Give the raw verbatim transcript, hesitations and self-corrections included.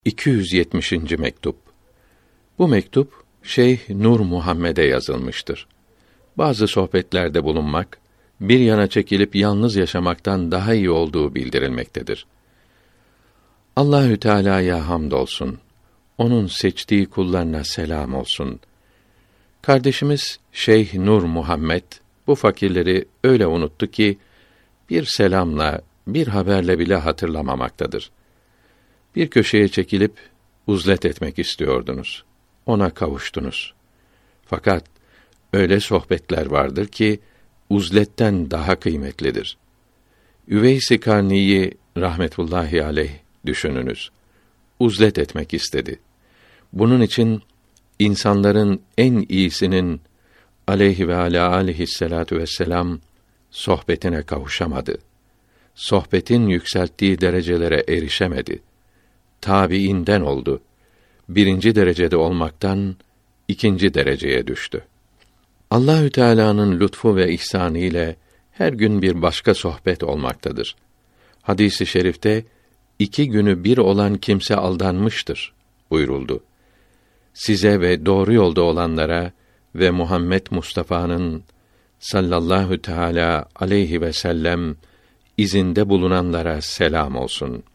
iki yüz yetmişinci mektup. Bu mektup Şeyh Nur Muhammed'e yazılmıştır. Bazı sohbetlerde bulunmak, bir yana çekilip yalnız yaşamaktan daha iyi olduğu bildirilmektedir. Allahü Teala'ya hamdolsun. Onun seçtiği kullarına selam olsun. Kardeşimiz Şeyh Nur Muhammed bu fakirleri öyle unuttu ki bir selamla, bir haberle bile hatırlamamaktadır. Bir köşeye çekilip uzlet etmek istiyordunuz. Ona kavuştunuz. Fakat öyle sohbetler vardır ki uzletten daha kıymetlidir. Üveys-i Karni'yi rahmetullahi aleyh düşününüz. Uzlet etmek istedi. Bunun için insanların en iyisinin aleyhi ve alâ aleyhisselâtu vesselam sohbetine kavuşamadı. Sohbetin yükselttiği derecelere erişemedi. Tabiinden oldu. Birinci derecede olmaktan ikinci dereceye düştü. Allahü Teala'nın lütfu ve ihsanı ile her gün bir başka sohbet olmaktadır. Hadis-i şerifte iki günü bir olan kimse aldanmıştır buyuruldu. Size ve doğru yolda olanlara ve Muhammed Mustafa'nın sallallahu teâlâ aleyhi ve sellem izinde bulunanlara selam olsun.